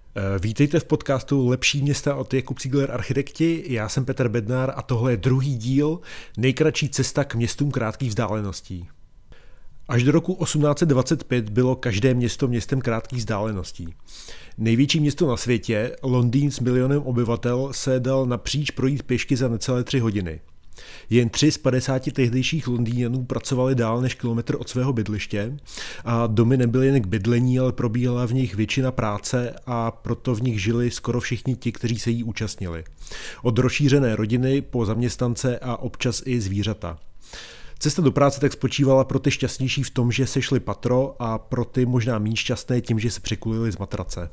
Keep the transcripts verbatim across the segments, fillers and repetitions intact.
Vítejte v podcastu Lepší města od Jakub Ziegler Architekti, já jsem Petr Bednár a tohle je druhý díl Nejkratší cesta k městům krátkých vzdáleností. Až do roku osmnáct set dvacet pět bylo každé město městem krátkých vzdáleností. Největší město na světě, Londýn s milionem obyvatel, se dal napříč projít pěšky za necelé tři hodiny. Jen tři z padesáti tehdejších Londýňanů pracovali dál než kilometr od svého bydliště a domy nebyly jen k bydlení, ale probíhala v nich většina práce a proto v nich žili skoro všichni ti, kteří se jí účastnili. Od rozšířené rodiny po zaměstnance a občas i zvířata. Cesta do práce tak spočívala pro ty šťastnější v tom, že se šli patro a pro ty možná méně šťastné tím, že se překulili z matrace.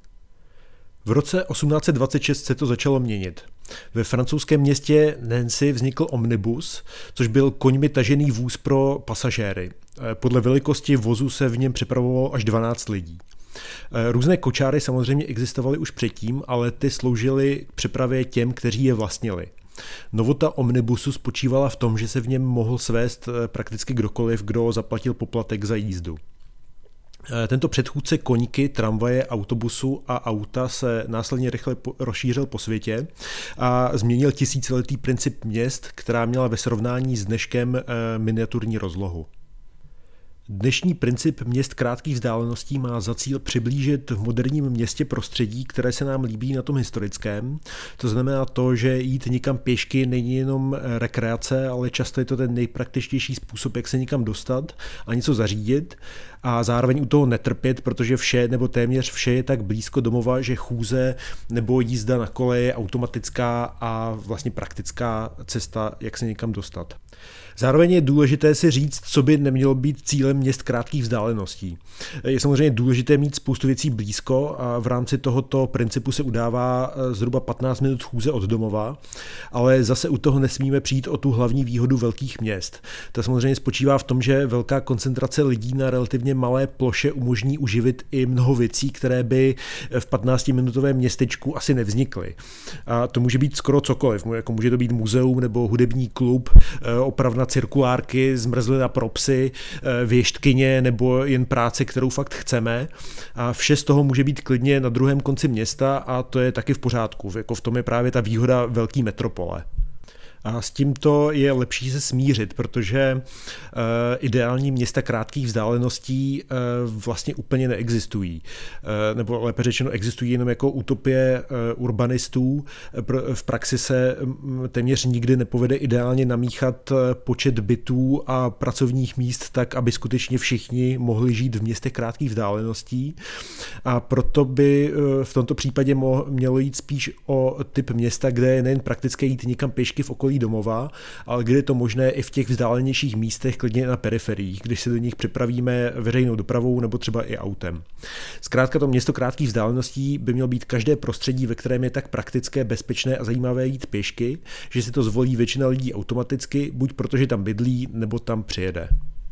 V roce osmnáct set dvacet šest se to začalo měnit. Ve francouzském městě Nancy vznikl omnibus, což byl koňmi tažený vůz pro pasažéry. Podle velikosti vozu se v něm přepravovalo až dvanáct lidí. Různé kočáry samozřejmě existovaly už předtím, ale ty sloužily k přepravě těm, kteří je vlastnili. Novota omnibusu spočívala v tom, že se v něm mohl svést prakticky kdokoliv, kdo zaplatil poplatek za jízdu. Tento předchůdce koňky, tramvaje, autobusu a auta se následně rychle rozšířil po světě a změnil tisíciletý princip měst, která měla ve srovnání s dneškem miniaturní rozlohu. Dnešní princip měst krátkých vzdáleností má za cíl přiblížit v moderním městě prostředí, které se nám líbí na tom historickém. To znamená to, že jít někam pěšky není jenom rekreace, ale často je to ten nejpraktičtější způsob, jak se někam dostat a něco zařídit a zároveň u toho netrpět, protože vše nebo téměř vše je tak blízko domova, že chůze nebo jízda na kole je automatická a vlastně praktická cesta, jak se někam dostat. Zároveň je důležité si říct, co by nemělo být cílem měst krátkých vzdáleností. Je samozřejmě důležité mít spoustu věcí blízko a v rámci tohoto principu se udává zhruba patnáct minut chůze od domova, ale zase u toho nesmíme přijít o tu hlavní výhodu velkých měst. To samozřejmě spočívá v tom, že velká koncentrace lidí na relativně malé ploše umožní uživit i mnoho věcí, které by v patnáctiminutovém městečku asi nevznikly. A to může být skoro cokoliv, jako může to být muzeum nebo hudební klub, opravna cirkulárky, zmrzlina pro psy, věštkyně nebo jen práce, kterou fakt chceme. A vše z toho může být klidně na druhém konci města a to je taky v pořádku. Jako v tom je právě ta výhoda velké metropole. A s tímto je lepší se smířit, protože uh, ideální města krátkých vzdáleností uh, vlastně úplně neexistují. Uh, nebo lépe řečeno existují jenom jako utopie uh, urbanistů. V praxi se téměř nikdy nepovede ideálně namíchat počet bytů a pracovních míst tak, aby skutečně všichni mohli žít v městech krátkých vzdáleností. A proto by uh, v tomto případě mo- mělo jít spíš o typ města, kde je nejen praktické jít někam pěšky v okolí domova, ale kde je to možné i v těch vzdálenějších místech, klidně na periferiích, když se do nich připravíme veřejnou dopravou nebo třeba i autem. Zkrátka to město krátkých vzdáleností by mělo být každé prostředí, ve kterém je tak praktické, bezpečné a zajímavé jít pěšky, že si to zvolí většina lidí automaticky, buď protože tam bydlí, nebo tam přijede.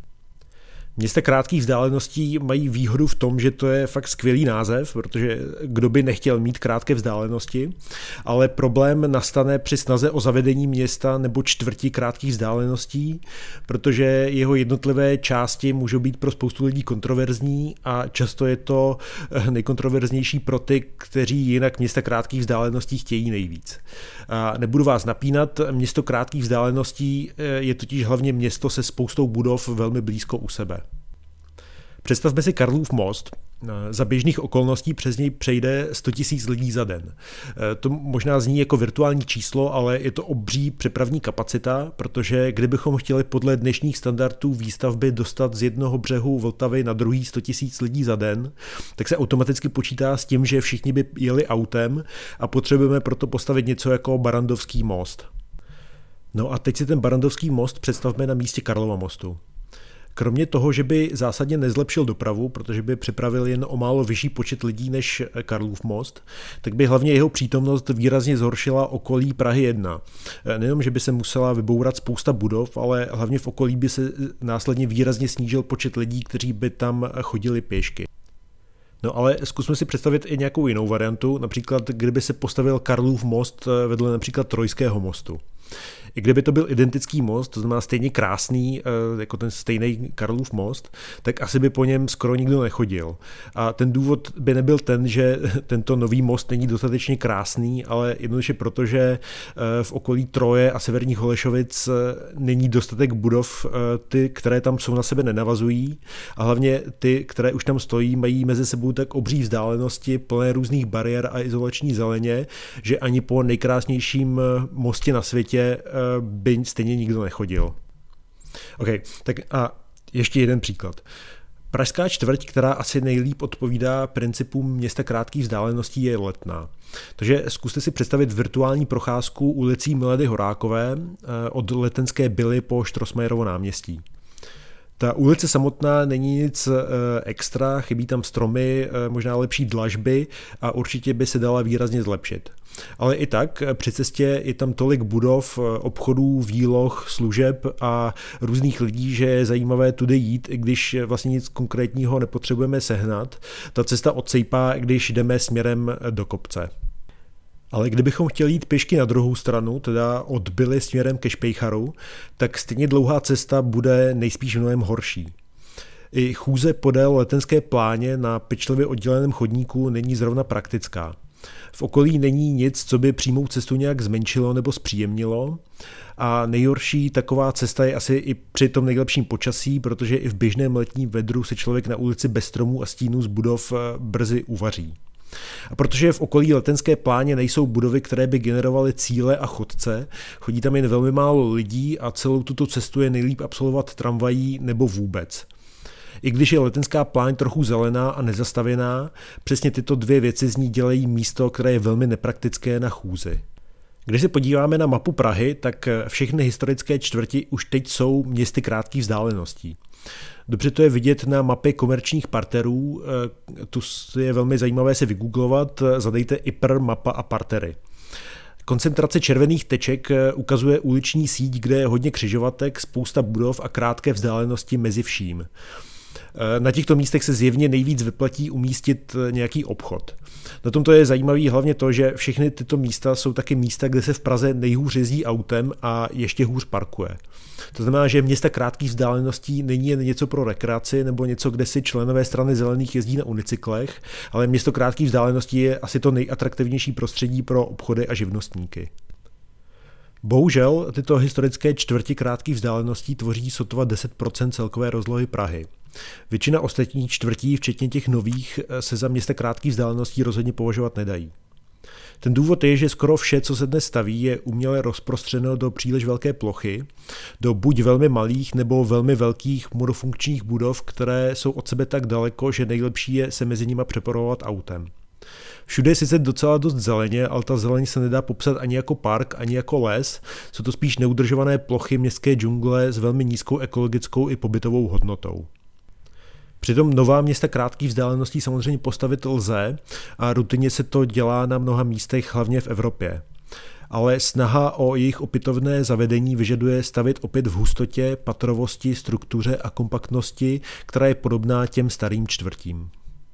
Města krátkých vzdáleností mají výhodu v tom, že to je fakt skvělý název, protože kdo by nechtěl mít krátké vzdálenosti, ale problém nastane při snaze o zavedení města nebo čtvrti krátkých vzdáleností, protože jeho jednotlivé části můžou být pro spoustu lidí kontroverzní a často je to nejkontroverznější pro ty, kteří jinak města krátkých vzdáleností chtějí nejvíc. A nebudu vás napínat, město krátkých vzdáleností je totiž hlavně město se spoustou budov velmi blízko u sebe. Představme si Karlův most. Za běžných okolností přes něj přejde sto tisíc lidí za den. To možná zní jako virtuální číslo, ale je to obří přepravní kapacita, protože kdybychom chtěli podle dnešních standardů výstavby dostat z jednoho břehu Vltavy na druhý sto tisíc lidí za den, tak se automaticky počítá s tím, že všichni by jeli autem a potřebujeme proto postavit něco jako Barrandovský most. No a teď si ten Barrandovský most představme na místě Karlova mostu. Kromě toho, že by zásadně nezlepšil dopravu, protože by přepravil jen o málo vyšší počet lidí než Karlův most, tak by hlavně jeho přítomnost výrazně zhoršila okolí Prahy jedna. Nejenom, že by se musela vybourat spousta budov, ale hlavně v okolí by se následně výrazně snížil počet lidí, kteří by tam chodili pěšky. No ale zkusme si představit i nějakou jinou variantu, například kdyby se postavil Karlův most vedle například Trojského mostu. I kdyby to byl identický most, to znamená stejně krásný jako ten stejný Karlův most, tak asi by po něm skoro nikdo nechodil. A ten důvod by nebyl ten, že tento nový most není dostatečně krásný, ale jednoduše proto, že v okolí Troje a Severních Holešovic není dostatek budov, ty, které tam jsou, na sebe nenavazují a hlavně ty, které už tam stojí, mají mezi sebou tak obří vzdálenosti, plné různých bariér a izolační zeleně, že ani po nejkrásnějším mostě na světě by stejně nikdo nechodil. OK, tak a ještě jeden příklad. Pražská čtvrť, která asi nejlíp odpovídá principům města krátkých vzdáleností, je Letná. Takže zkuste si představit virtuální procházku ulicí Milady Horákové od Letenské Bily po Štrosmajerovo náměstí. Ta ulice samotná není nic extra, chybí tam stromy, možná lepší dlažby a určitě by se dala výrazně zlepšit. Ale i tak při cestě je tam tolik budov, obchodů, výloh, služeb a různých lidí, že je zajímavé tudy jít, i když vlastně nic konkrétního nepotřebujeme sehnat. Ta cesta odsejpá, když jdeme směrem do kopce. Ale kdybychom chtěli jít pěšky na druhou stranu, teda od Bily směrem ke Špejcharu, tak stejně dlouhá cesta bude nejspíš mnohem horší. I chůze podél Letenské pláně na pečlivě odděleném chodníku není zrovna praktická. V okolí není nic, co by přímou cestu nějak zmenšilo nebo zpříjemnilo a nejhorší taková cesta je asi i při tom nejlepším počasí, protože i v běžném letním vedru se člověk na ulici bez stromů a stínů z budov brzy uvaří. A protože v okolí Letenské pláně nejsou budovy, které by generovaly cíle a chodce, chodí tam jen velmi málo lidí a celou tuto cestu je nejlíp absolvovat tramvají nebo vůbec. I když je Letenská pláň trochu zelená a nezastavěná, přesně tyto dvě věci z ní dělají místo, které je velmi nepraktické na chůzi. Když se podíváme na mapu Prahy, tak všechny historické čtvrti už teď jsou městy krátkých vzdáleností. Dobře to je vidět na mapě komerčních parterů, tu je velmi zajímavé si vygooglovat, zadejte I P R, mapa a partery. Koncentrace červených teček ukazuje uliční síť, kde je hodně křižovatek, spousta budov a krátké vzdálenosti mezi vším. Na těchto místech se zjevně nejvíc vyplatí umístit nějaký obchod. Na tomto je zajímavý hlavně to, že všechny tyto místa jsou taky místa, kde se v Praze nejhůř jezdí autem a ještě hůř parkuje. To znamená, že města krátkých vzdáleností není jen něco pro rekreaci nebo něco, kde si členové strany zelených jezdí na unicyklech, ale město krátkých vzdáleností je asi to nejatraktivnější prostředí pro obchody a živnostníky. Bohužel tyto historické čtvrti krátkých vzdáleností tvoří sotva deset procent celkové rozlohy Prahy. Většina ostatních čtvrtí, včetně těch nových, se za města krátkých vzdáleností rozhodně považovat nedají. Ten důvod je, že skoro vše, co se dnes staví, je uměle rozprostřeno do příliš velké plochy, do buď velmi malých nebo velmi velkých monofunkčních budov, které jsou od sebe tak daleko, že nejlepší je se mezi nimi přepravovat autem. Všude je sice docela dost zeleně, ale ta zeleň se nedá popsat ani jako park, ani jako les, jsou to spíš neudržované plochy městské džungle s velmi nízkou ekologickou i pobytovou hodnotou. Přitom nová města krátkých vzdáleností samozřejmě postavit lze a rutině se to dělá na mnoha místech, hlavně v Evropě. Ale snaha o jejich opětovné zavedení vyžaduje stavět opět v hustotě, patrovosti, struktuře a kompaktnosti, která je podobná těm starým čtvrtím.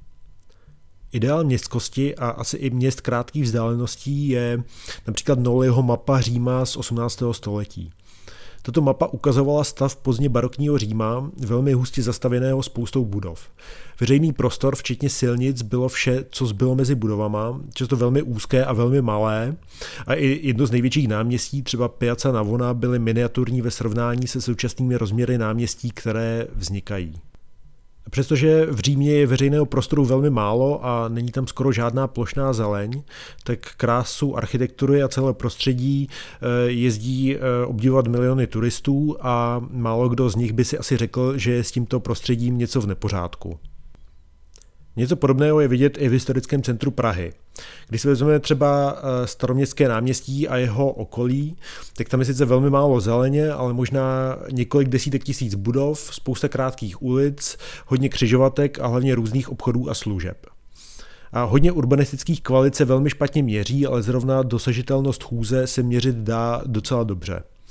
Ideál městskosti a asi i měst krátkých vzdáleností je například Nolliho mapa Říma z osmnáctého století. Tato mapa ukazovala stav pozdně barokního Říma, velmi hustě zastavěného spoustou budov. Veřejný prostor, včetně silnic, bylo vše, co zbylo mezi budovama, často velmi úzké a velmi malé. A i jedno z největších náměstí, třeba Piazza Navona, byly miniaturní ve srovnání se současnými rozměry náměstí, které vznikají. Přestože v Římě je veřejného prostoru velmi málo a není tam skoro žádná plošná zeleň, tak krásu architektury a celé prostředí jezdí obdivovat miliony turistů a málo kdo z nich by si asi řekl, že je s tímto prostředím něco v nepořádku. Něco podobného je vidět i v historickém centru Prahy. Když si vezmeme třeba Staroměstské náměstí a jeho okolí, tak tam je sice velmi málo zeleně, ale možná několik desítek tisíc budov, spousta krátkých ulic, hodně křižovatek a hlavně různých obchodů a služeb. A hodně urbanistických kvalit se velmi špatně měří, ale zrovna dosažitelnost chůze se měřit dá docela dobře.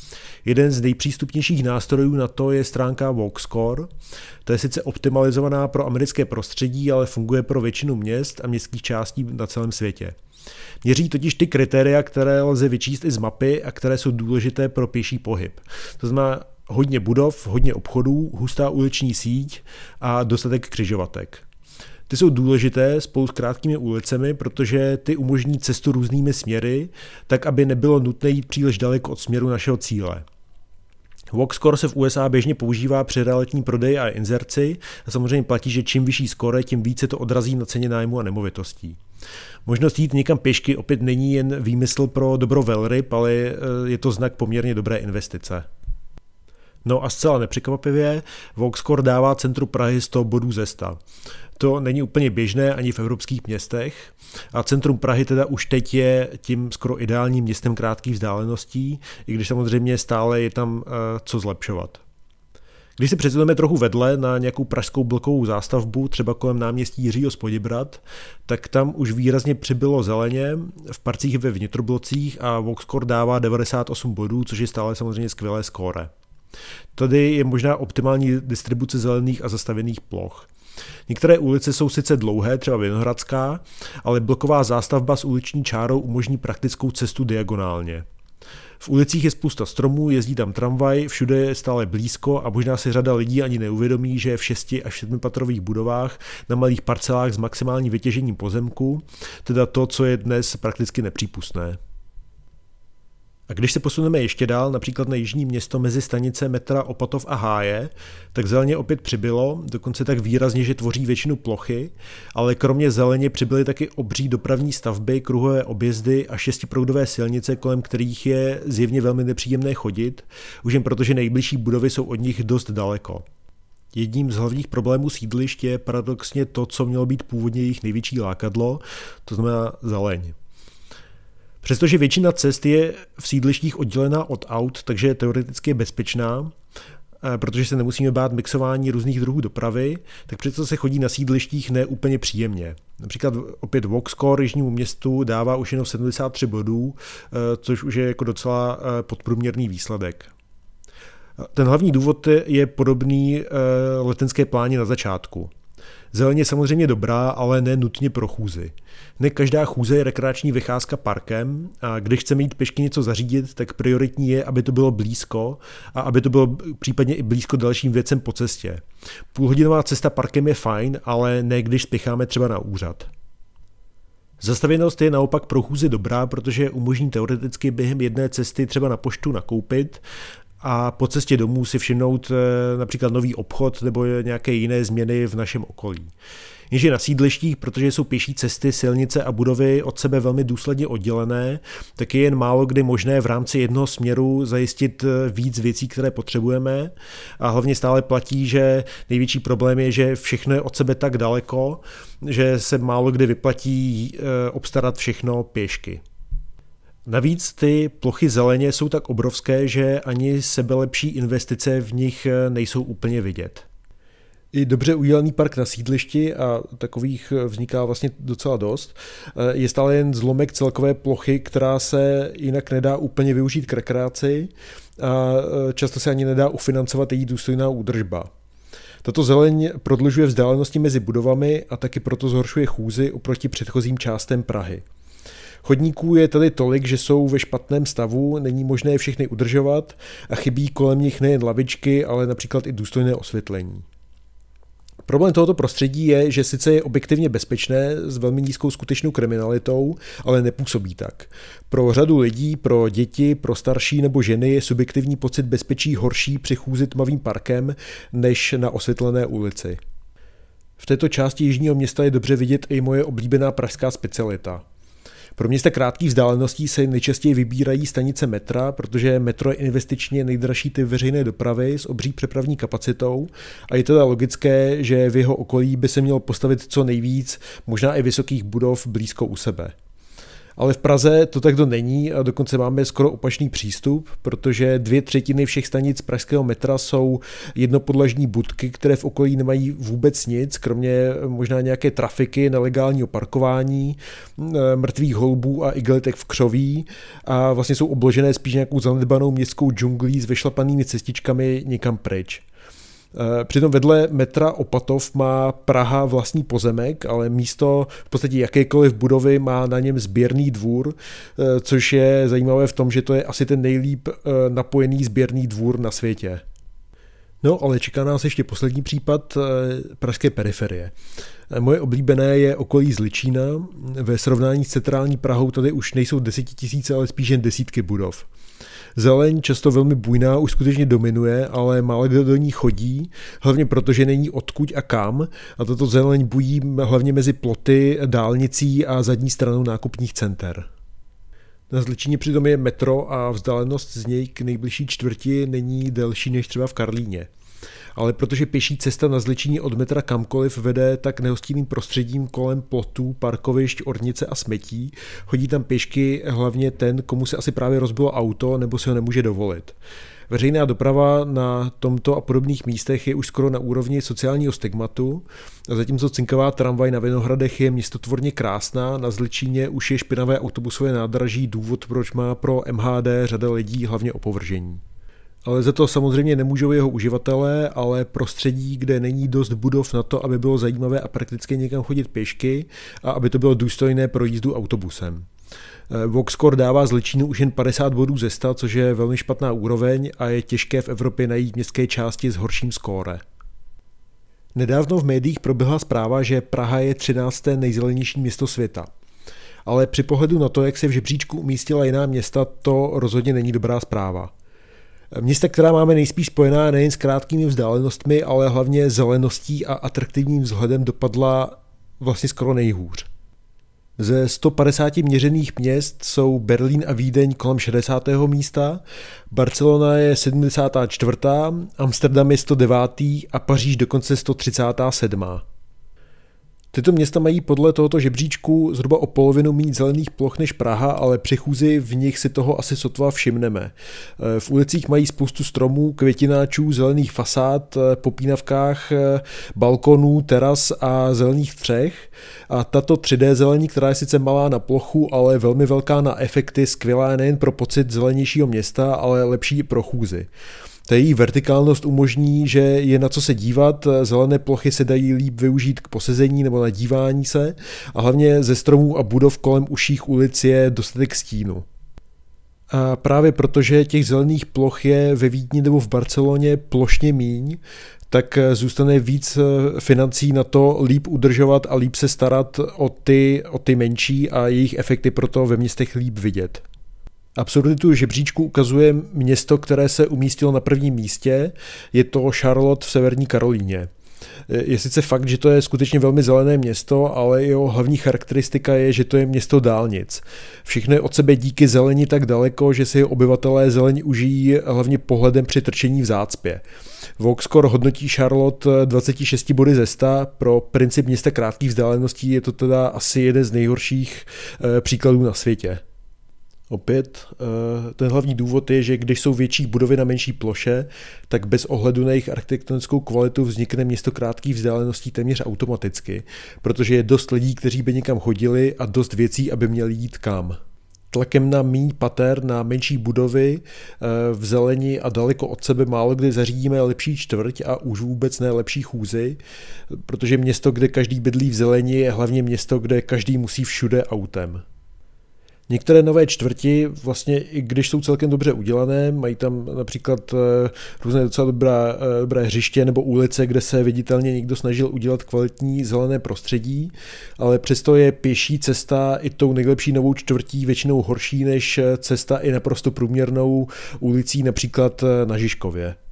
Jeden z nejpřístupnějších nástrojů na to je stránka WalkScore. To je sice optimalizovaná pro americké prostředí, ale funguje pro většinu měst a městských částí na celém světě. Měří totiž ty kritéria, které lze vyčíst i z mapy a které jsou důležité pro pěší pohyb. To znamená hodně budov, hodně obchodů, hustá uliční síť a dostatek křižovatek. Ty jsou důležité spolu s krátkými ulicemi, protože ty umožní cestu různými směry, tak aby nebylo nutné jít příliš daleko od směru našeho cíle. WalkScore se v U S A běžně používá při realitní prodeji a inzerci a samozřejmě platí, že čím vyšší skóre, tím více to odrazí na ceně nájmu a nemovitostí. Možnost jít někam pěšky opět není jen výmysl pro dobro velryb, ale je to znak poměrně dobré investice. No a zcela nepřekvapivě, WalkScore dává centru Prahy sto bodů ze sta. To není úplně běžné ani v evropských městech a centrum Prahy teda už teď je tím skoro ideálním městem krátkých vzdáleností, i když samozřejmě stále je tam uh, co zlepšovat. Když si představíme trochu vedle na nějakou pražskou blokovou zástavbu, třeba kolem náměstí Jiřího z Poděbrad, tak tam už výrazně přibylo zeleně, v parcích ve vnitroblocích a WalkScore dává devadesát osm bodů, což je stále samozřejmě skvělé skóre. Tady je možná optimální distribuce zelených a zastavěných ploch. Některé ulice jsou sice dlouhé, třeba Vinohradská, ale bloková zástavba s uliční čárou umožní praktickou cestu diagonálně. V ulicích je spousta stromů, jezdí tam tramvaj, všude je stále blízko a možná si řada lidí ani neuvědomí, že je v šesti až sedmipatrových budovách na malých parcelách s maximálním vytěžením pozemku, teda to, co je dnes prakticky nepřípustné. A když se posuneme ještě dál, například na jižní město mezi stanice metra Opatov a Háje, tak zeleně opět přibylo, dokonce tak výrazně, že tvoří většinu plochy, ale kromě zeleně přibyly taky obří dopravní stavby, kruhové objezdy a šestiproudové silnice, kolem kterých je zjevně velmi nepříjemné chodit, už jen protože nejbližší budovy jsou od nich dost daleko. Jedním z hlavních problémů sídlišť je paradoxně to, co mělo být původně jejich největší lákadlo, to znamená zeleň. Přestože většina cest je v sídlištích oddělená od aut, takže je teoreticky bezpečná, protože se nemusíme bát mixování různých druhů dopravy, tak přesto se chodí na sídlištích ne úplně příjemně. Například opět WalkScore jižnímu městu dává už jenom sedmdesát tři bodů, což už je jako docela podprůměrný výsledek. Ten hlavní důvod je podobný letenské pláni na začátku. Zeleň je samozřejmě dobrá, ale ne nutně pro chůzi. Ne každá chůze je rekreační vycházka parkem a když chceme jít pěšky něco zařídit, tak prioritní je, aby to bylo blízko a aby to bylo případně i blízko dalším věcem po cestě. Půlhodinová cesta parkem je fajn, ale ne když spěcháme třeba na úřad. Zastavěnost je naopak pro chůzi dobrá, protože umožní teoreticky během jedné cesty třeba na poštu nakoupit a po cestě domů si všimnout například nový obchod nebo nějaké jiné změny v našem okolí. Jenže na sídlištích, protože jsou pěší cesty, silnice a budovy od sebe velmi důsledně oddělené, tak je jen málo kdy možné v rámci jednoho směru zajistit víc věcí, které potřebujeme a hlavně stále platí, že největší problém je, že všechno je od sebe tak daleko, že se málo kdy vyplatí obstarat všechno pěšky. Navíc ty plochy zeleně jsou tak obrovské, že ani sebelepší investice v nich nejsou úplně vidět. I dobře udělaný park na sídlišti, a takových vzniká vlastně docela dost, je stále jen zlomek celkové plochy, která se jinak nedá úplně využít k rekreaci a často se ani nedá ufinancovat její důstojná údržba. Tato zeleň prodlužuje vzdálenosti mezi budovami a taky proto zhoršuje chůzi oproti předchozím částem Prahy. Chodníků je tady tolik, že jsou ve špatném stavu, není možné je všechny udržovat a chybí kolem nich nejen lavičky, ale například i důstojné osvětlení. Problém tohoto prostředí je, že sice je objektivně bezpečné s velmi nízkou skutečnou kriminalitou, ale nepůsobí tak. Pro řadu lidí, pro děti, pro starší nebo ženy je subjektivní pocit bezpečí horší při chůzi tmavým parkem než na osvětlené ulici. V této části jižního města je dobře vidět i moje oblíbená pražská specialita. Pro města krátkých vzdáleností se nejčastěji vybírají stanice metra, protože metro je investičně nejdražší typ veřejné dopravy s obří přepravní kapacitou a je teda logické, že v jeho okolí by se mělo postavit co nejvíc, možná i vysokých budov blízko u sebe. Ale v Praze to takto není a dokonce máme skoro opačný přístup, protože dvě třetiny všech stanic pražského metra jsou jednopodlažní budky, které v okolí nemají vůbec nic, kromě možná nějaké trafiky, nelegálního parkování, mrtvých holubů a igelitek v křoví a vlastně jsou obložené spíš nějakou zanedbanou městskou džunglí s vyšlapanými cestičkami někam pryč. Přitom vedle metra Opatov má Praha vlastní pozemek, ale místo v podstatě jakékoliv budovy má na něm sběrný dvůr, což je zajímavé v tom, že to je asi ten nejlíp napojený sběrný dvůr na světě. No, ale čeká nás ještě poslední případ pražské periferie. Moje oblíbené je okolí Zličína. Ve srovnání s centrální Prahou tady už nejsou desetitisíce, ale spíš jen desítky budov. Zeleň, často velmi bujná, už skutečně dominuje, ale málo kdo do ní chodí, hlavně proto, že není odkud a kam. A tato zeleň bují hlavně mezi ploty, dálnicí a zadní stranou nákupních center. Na Zličíně přitom je metro a vzdálenost z něj k nejbližší čtvrti není delší než třeba v Karlíně. Ale protože pěší cesta na Zličíně od metra kamkoliv vede tak nehostinným prostředím kolem plotů, parkovišť, ornice a smetí, chodí tam pěšky hlavně ten, komu se asi právě rozbilo auto nebo si ho nemůže dovolit. Veřejná doprava na tomto a podobných místech je už skoro na úrovni sociálního stigmatu, a zatímco cinkavá tramvaj na Vinohradech je městotvorně krásná, na Zličíně už je špinavé autobusové nádraží důvod, proč má pro M H D řada lidí hlavně opovržení. Ale za to samozřejmě nemůžou jeho uživatelé, ale prostředí, kde není dost budov na to, aby bylo zajímavé a prakticky někam chodit pěšky a aby to bylo důstojné pro jízdu autobusem. Voxcore dává Zličínu už jen padesát bodů ze sta, což je velmi špatná úroveň a je těžké v Evropě najít městské části s horším skóre. Nedávno v médiích proběhla zpráva, že Praha je třinácté nejzelenější město světa. Ale při pohledu na to, jak se v žebříčku umístila jiná města, to rozhodně není dobrá zpráva. Města, která máme nejspíš spojená nejen s krátkými vzdálenostmi, ale hlavně zeleností a atraktivním vzhledem, dopadla vlastně skoro nejhůř. Ze sto padesáti měřených měst jsou Berlín a Vídeň kolem šedesátého místa, Barcelona je sedmdesátá čtvrtá, Amsterdam je sto devátý a Paříž dokonce sto třicátá sedmá Tyto města mají podle tohoto žebříčku zhruba o polovinu méně zelených ploch než Praha, ale při chůzi v nich si toho asi sotva všimneme. V ulicích mají spoustu stromů, květináčů, zelených fasád, popínavkách, balkonů, teras a zelených střech. A tato tři dé zelení, která je sice malá na plochu, ale velmi velká na efekty, skvělá nejen pro pocit zelenějšího města, ale lepší i pro chůzi. Ta její vertikálnost umožní, že je na co se dívat, zelené plochy se dají líp využít k posezení nebo na dívání se a hlavně ze stromů a budov kolem užších ulic je dostatek stínu. A právě protože těch zelených ploch je ve Vídni nebo v Barceloně plošně míň, tak zůstane víc financí na to líp udržovat a líp se starat o ty, o ty menší a jejich efekty proto ve městech líp vidět. Absurditu žebříčku ukazuje město, které se umístilo na prvním místě, je to Charlotte v Severní Karolíně. Je sice fakt, že to je skutečně velmi zelené město, ale jeho hlavní charakteristika je, že to je město dálnic. Všechno je od sebe díky zeleni tak daleko, že si jeho obyvatelé zelení užijí hlavně pohledem při trčení v zácpě. Voxcore hodnotí Charlotte dvacet šest body ze sta, pro princip města krátkých vzdáleností je to teda asi jeden z nejhorších příkladů na světě. Opět, ten hlavní důvod je, že když jsou větší budovy na menší ploše, tak bez ohledu na jejich architektonickou kvalitu vznikne město krátkých vzdáleností téměř automaticky, protože je dost lidí, kteří by někam chodili a dost věcí, aby měli jít kam. Tlakem na míň pater, na menší budovy v zeleni a daleko od sebe málo kdy zařídíme lepší čtvrť a už vůbec ne lepší chůzi, protože město, kde každý bydlí v zeleni, je hlavně město, kde každý musí všude autem. Některé nové čtvrti, vlastně i když jsou celkem dobře udělané, mají tam například různé docela dobrá, dobré hřiště nebo ulice, kde se viditelně někdo snažil udělat kvalitní zelené prostředí, ale přesto je pěší cesta i tou nejlepší novou čtvrtí většinou horší než cesta i naprosto průměrnou ulicí například na Žižkově.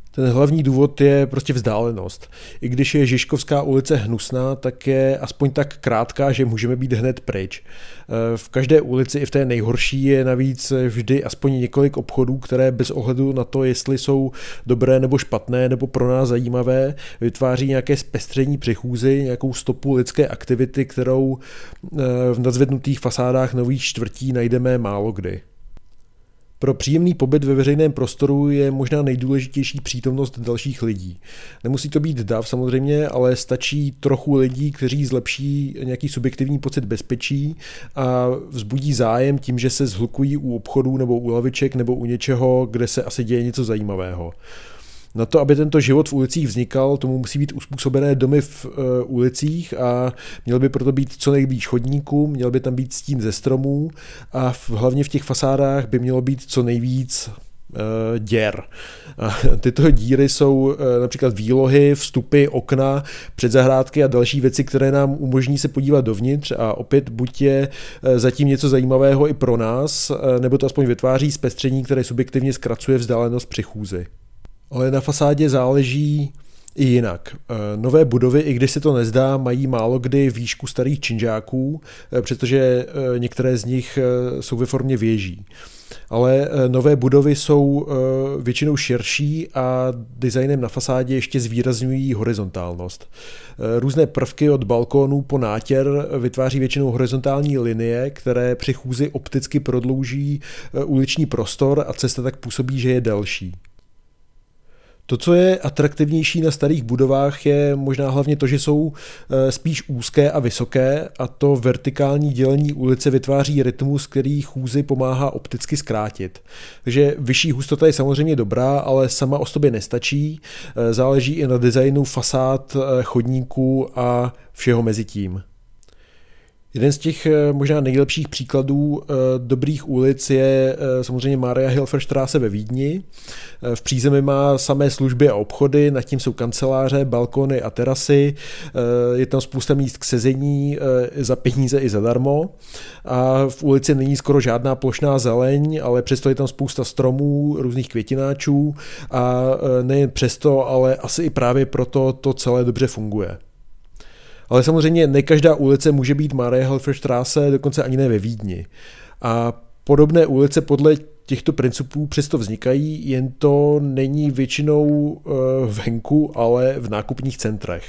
Ten hlavní důvod je prostě vzdálenost. I když je Žižkovská ulice hnusná, tak je aspoň tak krátká, že můžeme být hned pryč. V každé ulici, i v té nejhorší, je navíc vždy aspoň několik obchodů, které bez ohledu na to, jestli jsou dobré nebo špatné, nebo pro nás zajímavé, vytváří nějaké zpestření při chůzi, nějakou stopu lidské aktivity, kterou v nadzvednutých fasádách nových čtvrtí najdeme málo kdy. Pro příjemný pobyt ve veřejném prostoru je možná nejdůležitější přítomnost dalších lidí. Nemusí to být dav samozřejmě, ale stačí trochu lidí, kteří zlepší nějaký subjektivní pocit bezpečí a vzbudí zájem tím, že se zhlukují u obchodů nebo u laviček nebo u něčeho, kde se asi děje něco zajímavého. Na to, aby tento život v ulicích vznikal, tomu musí být uspůsobené domy v uh, ulicích a měl by proto být co nejblíž chodníků, měl by tam být stín ze stromů a v, hlavně v těch fasádách by mělo být co nejvíc uh, děr. A tyto díry jsou uh, například výlohy, vstupy, okna, předzahrádky a další věci, které nám umožní se podívat dovnitř a opět buď je uh, zatím něco zajímavého i pro nás, uh, nebo to aspoň vytváří zpestření, které subjektivně zkracuje vzdálenost při chůzi. Ale na fasádě záleží i jinak. Nové budovy, i když se to nezdá, mají málo kdy výšku starých činžáků, přestože některé z nich jsou ve formě věží. Ale nové budovy jsou většinou širší a designem na fasádě ještě zvýrazňují horizontálnost. Různé prvky od balkónů po nátěr vytváří většinou horizontální linie, které při chůzi opticky prodlouží uliční prostor a cesta tak působí, že je delší. To, co je atraktivnější na starých budovách, je možná hlavně to, že jsou spíš úzké a vysoké a to vertikální dělení ulice vytváří rytmus, který chůzi pomáhá opticky zkrátit. Takže vyšší hustota je samozřejmě dobrá, ale sama o sobě nestačí. Záleží i na designu fasád, chodníků a všeho mezi tím. Jeden z těch možná nejlepších příkladů dobrých ulic je samozřejmě Mariahilferstraße ve Vídni. V přízemí má samé služby a obchody, nad tím jsou kanceláře, balkony a terasy. Je tam spousta míst k sezení za peníze i zadarmo. A v ulici není skoro žádná plošná zeleň, ale přesto je tam spousta stromů, různých květináčů a nejen přesto, ale asi i právě proto to celé dobře funguje. Ale samozřejmě ne každá ulice může být Mariahilferstraße, dokonce ani ne ve Vídni. A podobné ulice podle těchto principů přesto vznikají, jen to není většinou venku, ale v nákupních centrech.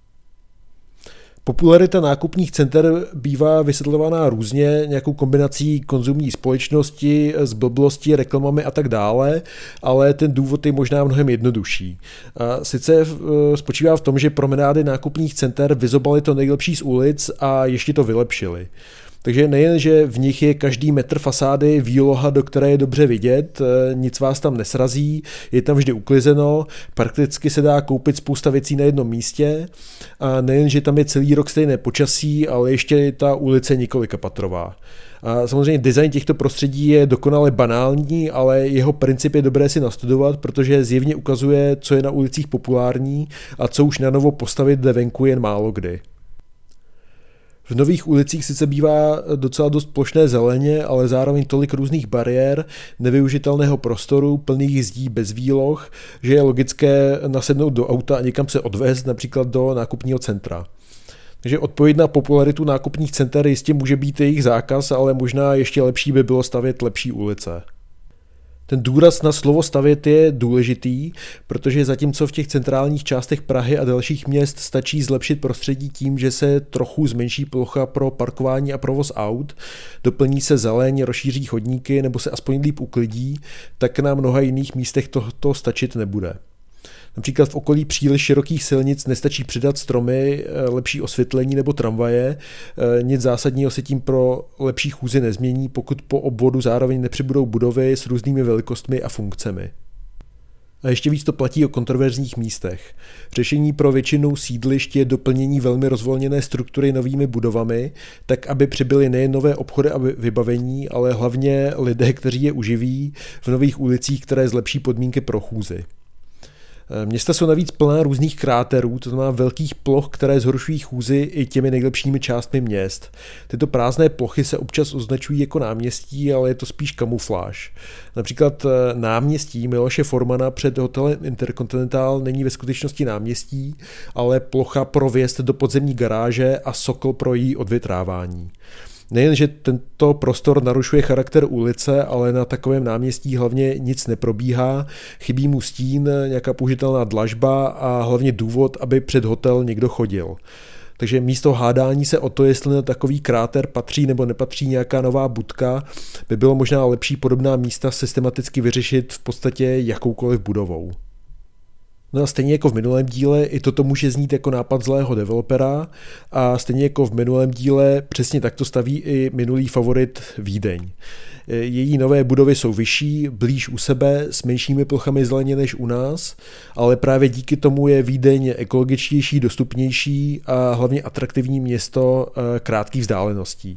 Popularita nákupních center bývá vysvětlovaná různě, nějakou kombinací konzumní společnosti, zblblosti, reklamami a tak dále, ale ten důvod je možná mnohem jednodušší. A sice spočívá v tom, že promenády nákupních center vyzobaly to nejlepší z ulic a ještě to vylepšili. Takže nejen, že v nich je každý metr fasády výloha, do které je dobře vidět, nic vás tam nesrazí, je tam vždy uklizeno, prakticky se dá koupit spousta věcí na jednom místě a nejen, že tam je celý rok stejné počasí, ale ještě je ta ulice několikapatrová. A samozřejmě design těchto prostředí je dokonale banální, ale jeho princip je dobré si nastudovat, protože zjevně ukazuje, co je na ulicích populární a co už na novo postavit jde venku jen málo kdy. V nových ulicích sice bývá docela dost plošné zeleně, ale zároveň tolik různých bariér, nevyužitelného prostoru, plných zdí bez výloh, že je logické nasednout do auta a někam se odvést, například do nákupního centra. Takže odpověď na popularitu nákupních center jistě může být jejich zákaz, ale možná ještě lepší by bylo stavět lepší ulice. Ten důraz na slovo stavět je důležitý, protože zatímco v těch centrálních částech Prahy a dalších měst stačí zlepšit prostředí tím, že se trochu zmenší plocha pro parkování a provoz aut, doplní se zeleň, rozšíří chodníky nebo se aspoň líp uklidí, tak na mnoha jiných místech to, to stačit nebude. Například v okolí příliš širokých silnic nestačí přidat stromy, lepší osvětlení nebo tramvaje. Nic zásadního se tím pro lepší chůzi nezmění, pokud po obvodu zároveň nepřibudou budovy s různými velikostmi a funkcemi. A ještě víc to platí o kontroverzních místech. Řešení pro většinu sídlišť je doplnění velmi rozvolněné struktury novými budovami, tak aby přibyly nejen nové obchody a vybavení, ale hlavně lidé, kteří je uživí v nových ulicích, které zlepší podmínky pro chůzi. Města jsou navíc plná různých kráterů, to znamená velkých ploch, které zhoršují chůzi i těmi nejlepšími částmi měst. Tyto prázdné plochy se občas označují jako náměstí, ale je to spíš kamufláž. Například náměstí Miloše Formana před hotelem Intercontinental není ve skutečnosti náměstí, ale plocha pro vjezd do podzemní garáže a sokl pro její odvětrávání. Nejen, že tento prostor narušuje charakter ulice, ale na takovém náměstí hlavně nic neprobíhá, chybí mu stín, nějaká použitelná dlažba a hlavně důvod, aby před hotel někdo chodil. Takže místo hádání se o to, jestli na takový kráter patří nebo nepatří nějaká nová budka, by bylo možná lepší podobná místa systematicky vyřešit v podstatě jakoukoliv budovou. No a stejně jako v minulém díle, i toto může znít jako nápad zlého developera a stejně jako v minulém díle přesně takto staví i minulý favorit Vídeň. Její nové budovy jsou vyšší, blíž u sebe, s menšími plochami zeleně než u nás, ale právě díky tomu je Vídeň ekologičtější, dostupnější a hlavně atraktivní město krátkých vzdáleností.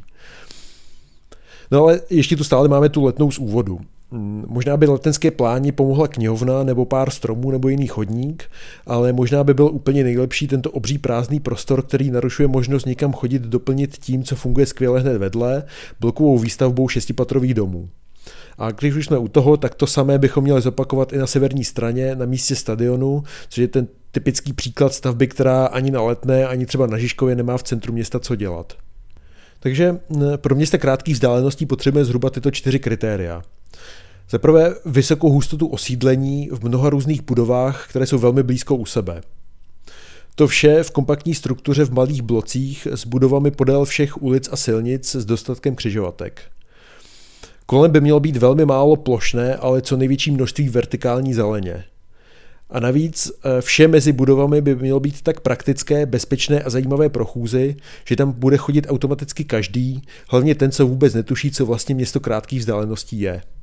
No ale ještě tu stále máme tu Letnou z úvodu. Možná by letenské pláni pomohla knihovna nebo pár stromů nebo jiný chodník, ale možná by byl úplně nejlepší tento obří prázdný prostor, který narušuje možnost někam chodit, doplnit tím, co funguje skvěle hned vedle, blokovou výstavbou šestipatrových domů. A když už jsme u toho, tak to samé bychom měli zopakovat i na severní straně, na místě stadionu, což je ten typický příklad stavby, která ani na Letné, ani třeba na Žižkově nemá v centru města co dělat. Takže pro města krátkých vzdáleností potřebujeme zhruba tyto čtyři kritéria. Za prvé vysokou hustotu osídlení v mnoha různých budovách, které jsou velmi blízko u sebe. To vše v kompaktní struktuře v malých blocích s budovami podél všech ulic a silnic s dostatkem křižovatek. Kolem by mělo být velmi málo plošné, ale co největší množství vertikální zeleně. A navíc vše mezi budovami by mělo být tak praktické, bezpečné a zajímavé pro chůzi, že tam bude chodit automaticky každý, hlavně ten, co vůbec netuší, co vlastně město krátkých vzdáleností je.